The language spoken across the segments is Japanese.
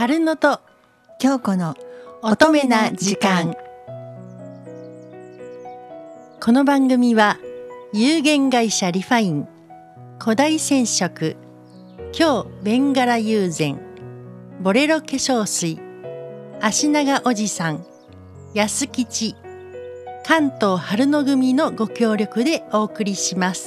春野と京子の乙女な時間。この番組は有限会社リファイン、古代染色、京ベンガラ友禅、ボレロ化粧水、足長おじさん、安吉、関東春野組のご協力でお送りします。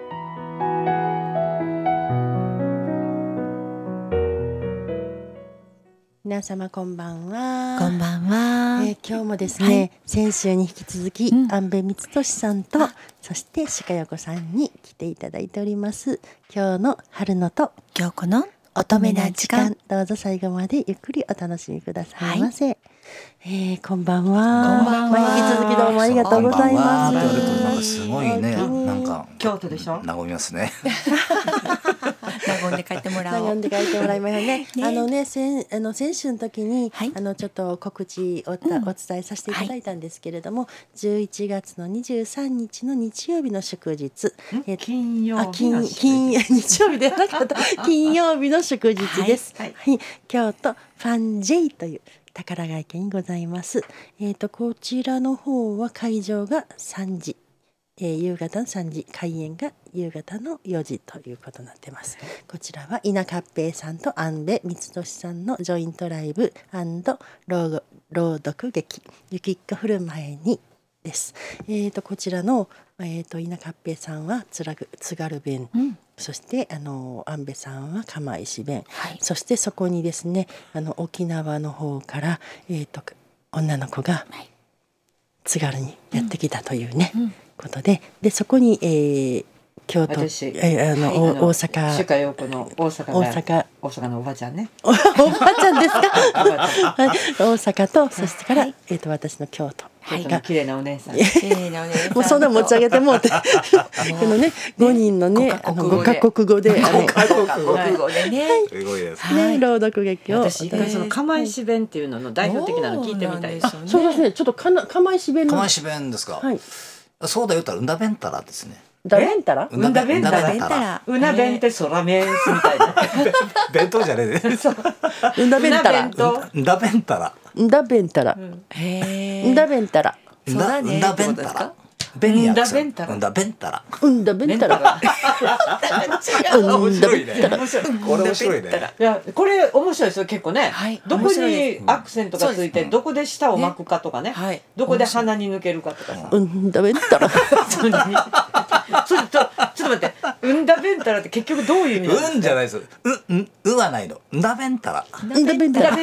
皆様こんばんは。 こんばんは。 今日もですね、先週に引き続き、安部光俊さんとそして鹿代子さんに来ていただいております。今日の春野と京子の乙女な時間、どうぞ最後までゆっくりお楽しみくださいませ。こんばんは。 こんばんは。 引き続きどうもありがとうございます。 なんかすごいね、なんか京都でしょ。 和みますね。 和んで帰ってもらおう。 和んで帰ってもらいましたね。先週の時に、ちょっと告知をお伝えさせていただいたんですけれども、11月の23日の日曜日の祝日、 金曜日日曜日ではなかった金曜日の祝日です。京都ファンジェイという宝ヶ池にございます。こちらの方は会場が3時。夕方の3時、開演が夕方の4時ということになってます。こちらは稲勝平さんと安部光俊さんのジョイントライブ&朗読劇雪っ子降る前にです。こちらの、稲勝平さんは津軽弁、そして安部さんは釜石弁、そしてそこにですね沖縄の方から、女の子が津軽にやってきたというね、ことでそこに、京都私大阪鹿代子の大阪のおばちゃんねおばちゃんですか大阪とそしてから、私の京都が綺麗なお姉さんもうそんな持ち上げてもうてこのね5人のね5カ国語で 5カ国語でねすごいですね。 朗読劇を私一回その釜石弁っていうのの代表的なの聞いてみたいです。 そうですね。ちょっと釜石弁の釜石弁ですか。そうだ言ったらうなべんたらですね。 だべんたら？ うなべんたら。うなべんって空弁みたいな。 弁当じゃねえで。 うなべんたら。 うなべんたら。 うなべんたら。うなべんたら。 うなべんたら。うんだべんたら。うんだべんたら。 うんだべんたら。 面白いね。これ面白いね。 いやこれ面白いですよ結構ね。どこにアクセントがついてどこで舌を巻くかとかね。どこで鼻に抜けるかとかさ。 うんだべんたら。 ちょっと待って。うんだべんたらって結局どういう意味なんですか。 うんじゃないです。うはないの。んだべんたら。 んだべんたら。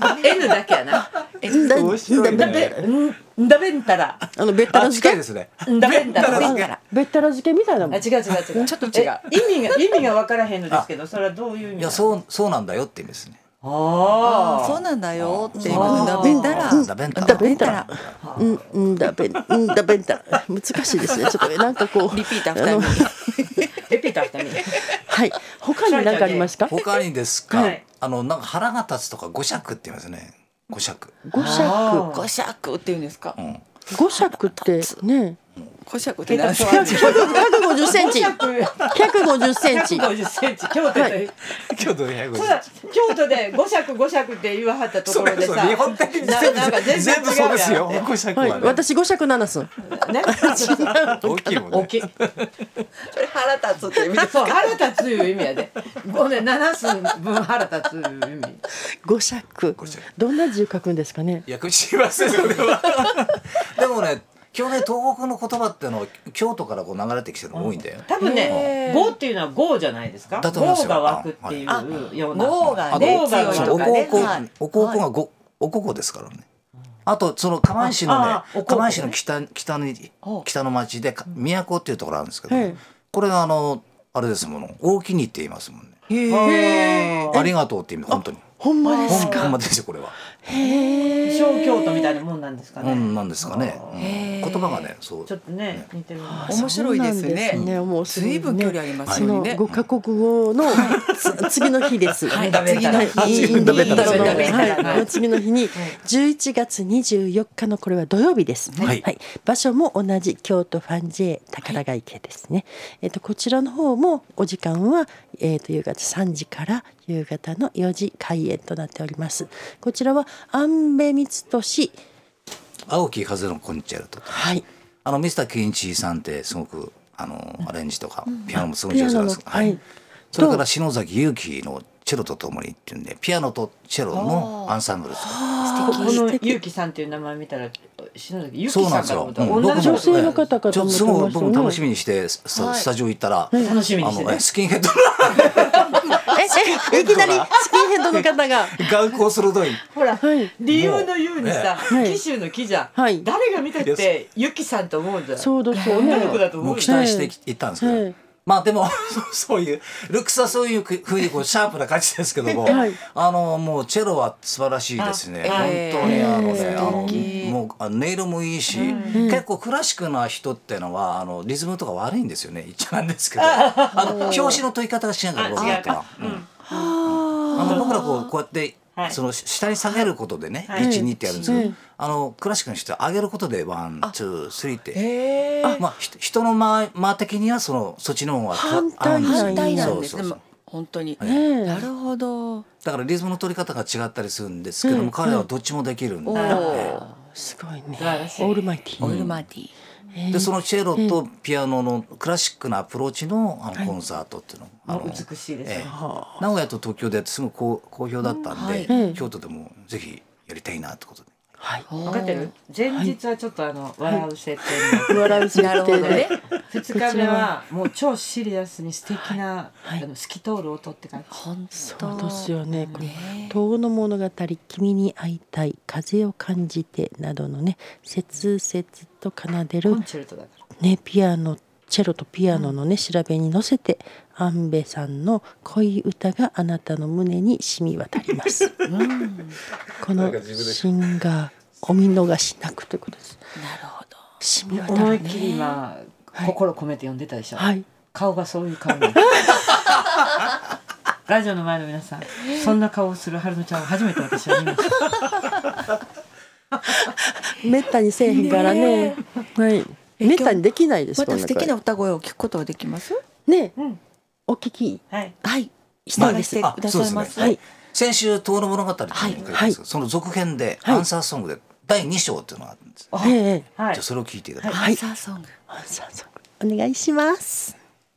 N だけやな。 面白いね。 んだべんたら。 べったら漬けですね。 んだべんたら。 べったら漬けみたいなもん。 違う。ちょっと違う。意味が分からへんのですけど、それはどういう意味？ いやそうなんだよって意味ですね。 ああ、そうなんだよっていううんだべんたら。 うんだべんたら。 うんだべんたら。難しいですね。ちょっとなんかこうリピーター2人。 リピーター2人。 はい。他に何かありますか？ 他にですか。なんか腹が立つとか五尺って言いますね。五尺。 五尺って言うんですか。 五尺ってね。 五尺って何ですか。 150センチ。150センチ。 150センチ。京都で5尺って言わはったところでさ。 日本的に全部そうですよ。5尺はね。 私5尺7寸。 ね。 大きいもんね。 大きい。 それ腹立つって意味ですか。腹立ついう意味やで。7寸分腹立ついう意味。 5尺。どんな字を書くんですかね。 いや知りませんそれは。でもね。今日ね東北の言葉っていうのは京都からこう流れてきてるの多いんだよ。 多分ね、語っていうのは語じゃないですか。語が湧くっていうような。 語がね、強いとかね。 おここがおここですからね。あとその釜石のね、釜石の北の町で都っていうところあるんですけど、これがあれですもの、大きにって言いますもんね。ありがとうって意味本当に。 ほんまですか。 ほんまですよこれは。 小京都みたいなもんなんですかね。 なんですかね。言葉がね、そうちょっとね似てる。 面白いですね。 もう随分距離ありますそのよね。 5カ国語の次の日です。 次の日インドベタ食べたの次の日に11月24日のこれは土曜日です。はい。場所も同じ京都ファンジェ宝ヶ池ですね。こちらの方もお時間は夕方3時から夕方の4時開演となっております。こちらは安部光俊、 青き風のコンチェルト。はい。ミスターケンイチさんってすごくアレンジとかピアノもすごい上手なんです。はい。それから篠崎祐樹のチェロとともにっていうんでピアノとチェロのアンサンブルとか。 この祐樹さんっていう名前見たら篠崎祐樹さんかと思った。 女性の方かと思ってましたね。 僕も楽しみにしてスタジオ行ったら楽しみにしてスキンヘッドいきなりスキンヘッドの方が眼光鋭い。 ほら理由のようにさ紀州の木じゃ誰が見たってゆきさんと思うんじゃん。 そうですよね。 女の子だと思う。 もう期待して行ったんですけど、まあでもそういうルックスはそういうふうにシャープな感じですけども、もうチェロは素晴らしいですね。本当にもう音色もいいし、結構クラシックな人っていうのはリズムとか悪いんですよね。言っちゃなんですけど、拍子の取り方が違うから僕だとは。僕らこうやってその下に下げることでね、1、2ってやるんですけど、クラシックの人は上げることで1、2、3って、まあ人の間的にはそっちの方が反対なんですね。本当に。なるほど。 だからリズムの取り方が違ったりするんですけども、彼らはどっちもできるんで。 すごいね。 オールマイティ。 オールマイティ。 でそのチェロとピアノのクラシックなアプローチのコンサートっていうの美しいですね。 名古屋と東京でやってすごく好評だったんで、京都でもぜひやりたいなってことで。 分かってる？前日はちょっと笑う設定笑う設定で、 2日目はもう超シリアスに素敵な透き通る音って感じ。 本当ですよね。遠の物語、君に会いたい、風を感じてなどのね、切々と奏でるねピアノ、チェロとピアノのね調べに乗せて安部さんの恋歌があなたの胸に染み渡ります。このシンガーお見逃しなくということです。 なるほど。 染み渡るね。 思いっきり今心込めて読んでたでしょ。顔がそういう顔なんです。ラジオの前の皆さん、そんな顔をする春乃ちゃんを初めて私は見ました。 めったにせえへんからね。めったにできないです。 また素敵な歌声を聞くことができますね。お聞きしたいです。くださいます。 先週遠野物語っていうのを書いたんですけど、その続編でアンサーソングで第2章っていうのがあるんです。じゃあそれを聞いていただきます。 アンサーソング。 お願いします。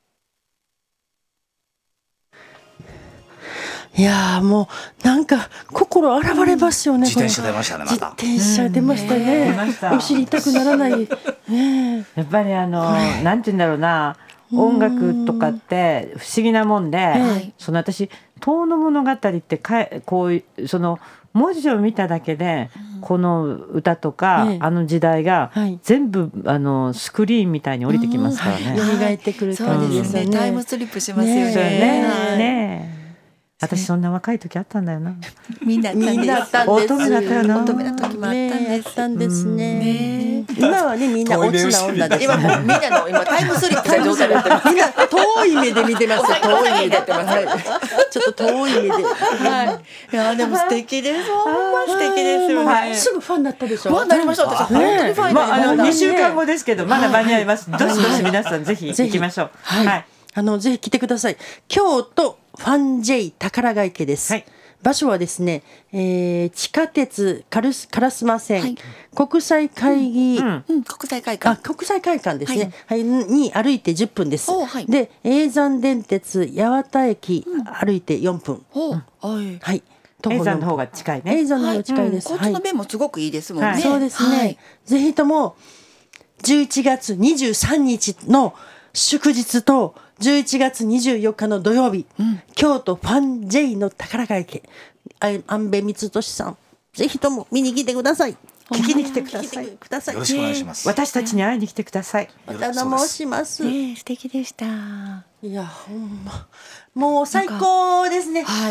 いやもうなんか心洗われますよね。 自転車出ましたね。また自転車出ましたね。お尻痛くならない。やっぱりなんて言うんだろうな、音楽とかって不思議なもんで、私遠野物語ってこういうその文字を見ただけで、この歌とか時代が全部スクリーンみたいに降りてきますからね。 蘇ってくる感じですよね。 タイムスリップしますよね。 私そんな若い時あったんだよな。 みんな乙女だったよな。 乙女な時もあったんですね。今はねみんな落ちな女です。 今みんなの今タイムスリップした状態でみんな遠い目で見てます。遠い目でちょっと遠い目で。 いやでも素敵です。ほんま素敵ですよね。 すぐファンになったでしょ。 ファンになりました。私本当にファンになりました。 2週間後ですけどまだ間に合います。どしどし皆さんぜひ行きましょう。 ぜひ来てください。京都ファンジェイ宝ヶ池です。場所はですね、地下鉄烏丸線、国際会議、 国際会館ですね、に歩いて10分です。で叡山電鉄八幡駅、歩いて4分。 叡山の方が近いね。 叡山の方が近いです。 交通の便もすごくいいですもんね。 そうですね。ぜひとも11月23日の祝日と11月24日の土曜日、京都ファンジェイの宝ヶ池、安部光俊さん、ぜひとも見に来てください。聞きに来てください。 よろしくお願いします。 私たちに会いに来てください。 お頼申します。 素敵でした。 いやほんまもう最高ですね。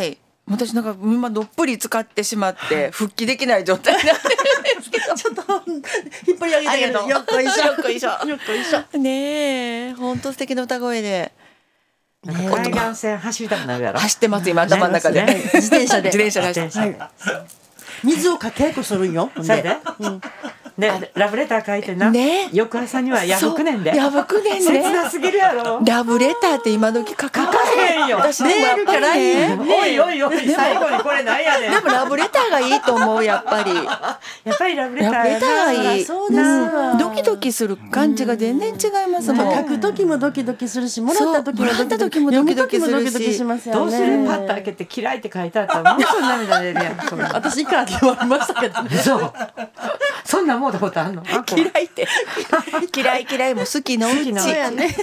私なんか今どっぷり使ってしまって復帰できない状態になってるんですけどちょっと引っ張り上げてけど、よっこいしょよっこいしょよっこいしょ。 ねえ本当素敵な歌声でなんか海岸線走りたくなるやろ。 走ってます今頭の中で、 ね自転車で自転車で自転はい水をかけやくするんよ。ほんそれで、でラブレター書いてな、 ね翌朝には破くねんで。 やばくねん切ねなすぎるやろ。 ラブレターって今時書かへんよ私でもやっぱりねおいおいおい、最後にこれなんやねん。 でもラブレターがいいと思うやっぱりやっぱりラブレターラブレターがいいそうですわ。 ドキドキする感じが全然違いますもん書く時もドキドキするし、もらった時もそうもらった時もドキドキするし読む時もドキドキしますよね。 どうする？パッと開けて嫌いって書いてあったらもうすぐ涙出るやん。それ私以下って言われましたけどね。 そう。そんなもんだことあんの？あこれ嫌いって嫌いも好きのうちそうやね。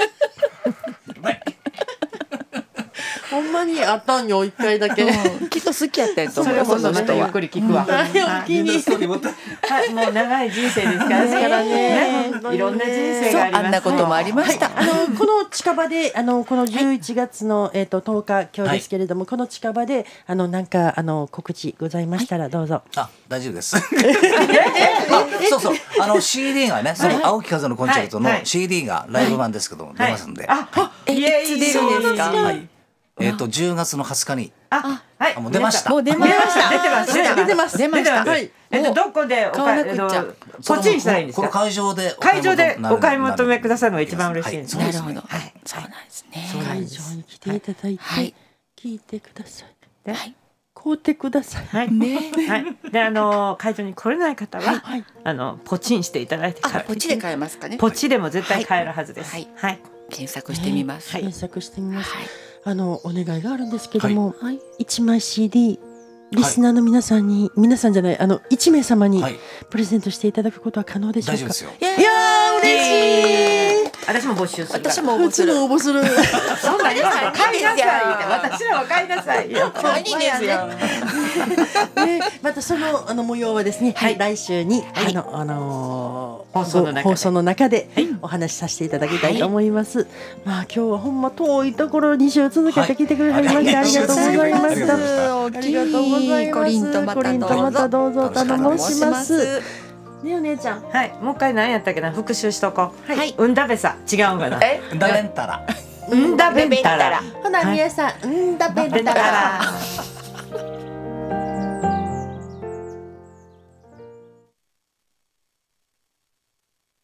ほんまにあったんよ一回だけ。 うんきっと好きやったんやと思うそれこそその人はまたゆっくり聞くわ。 はい、お気に。 はい、もう長い人生ですからね。いろんな人生そうがあります。 あんなこともありましたこの近場でこの11月の10日今日ですけれども、この近場でなんか告知ございましたらどうぞ。 あ、大丈夫です。そうそう、CD がね、その青木風のコンチェルトのはい CD がライブ版ですけども出ますんで、 あ、 いつ出るんですかはい10月の20日にあ、はい。 もう出ましたもう出ました出てます。 出てます出ましたはい。 どこで買わなくっちゃポチンしたらいいんですこのか？ 会場で会場でお買い求めくださるのが一番嬉しいんですね。 なるほどそうなんですね会場に来ていただいて、 はい聞いてください。 ではい買うてください。 はい。 ねはい。で、会場に来れない方は、ポチンしていただいてから、 こっちで買えますかねポチでも絶対買えるはずです。 はいはい。 検索してみます検索してみます。 はいお願いがあるんですけども、 はい 1枚 CD リスナーの皆さんに、皆さんじゃない1名様にはいプレゼントしていただくことは可能でしょうか？ 大丈夫ですよ。 いやいやー嬉しい。 私も募集するから。 私も応募する応募する。 そんなん言わんと買いなさいって。私らは買いなさいよ。 可愛いですよね、またその模様はですね、来週に、 放送の中で放送の中でお話しさせていただきたいと思います。まあ今日はほんま遠いところ2週続けて来てくれはりましてありがとうございましありがとうございましたた。ありがとうございます。 コリンとまたコリンとまたどうぞ頼申します。ねお姉ちゃん。 はい。もう一回何やったっけな、復習しとこう。 はいうんだべさ違うんかな。 ダメンタラ。 うんだべんたら。 ほな皆さん、だべんだら。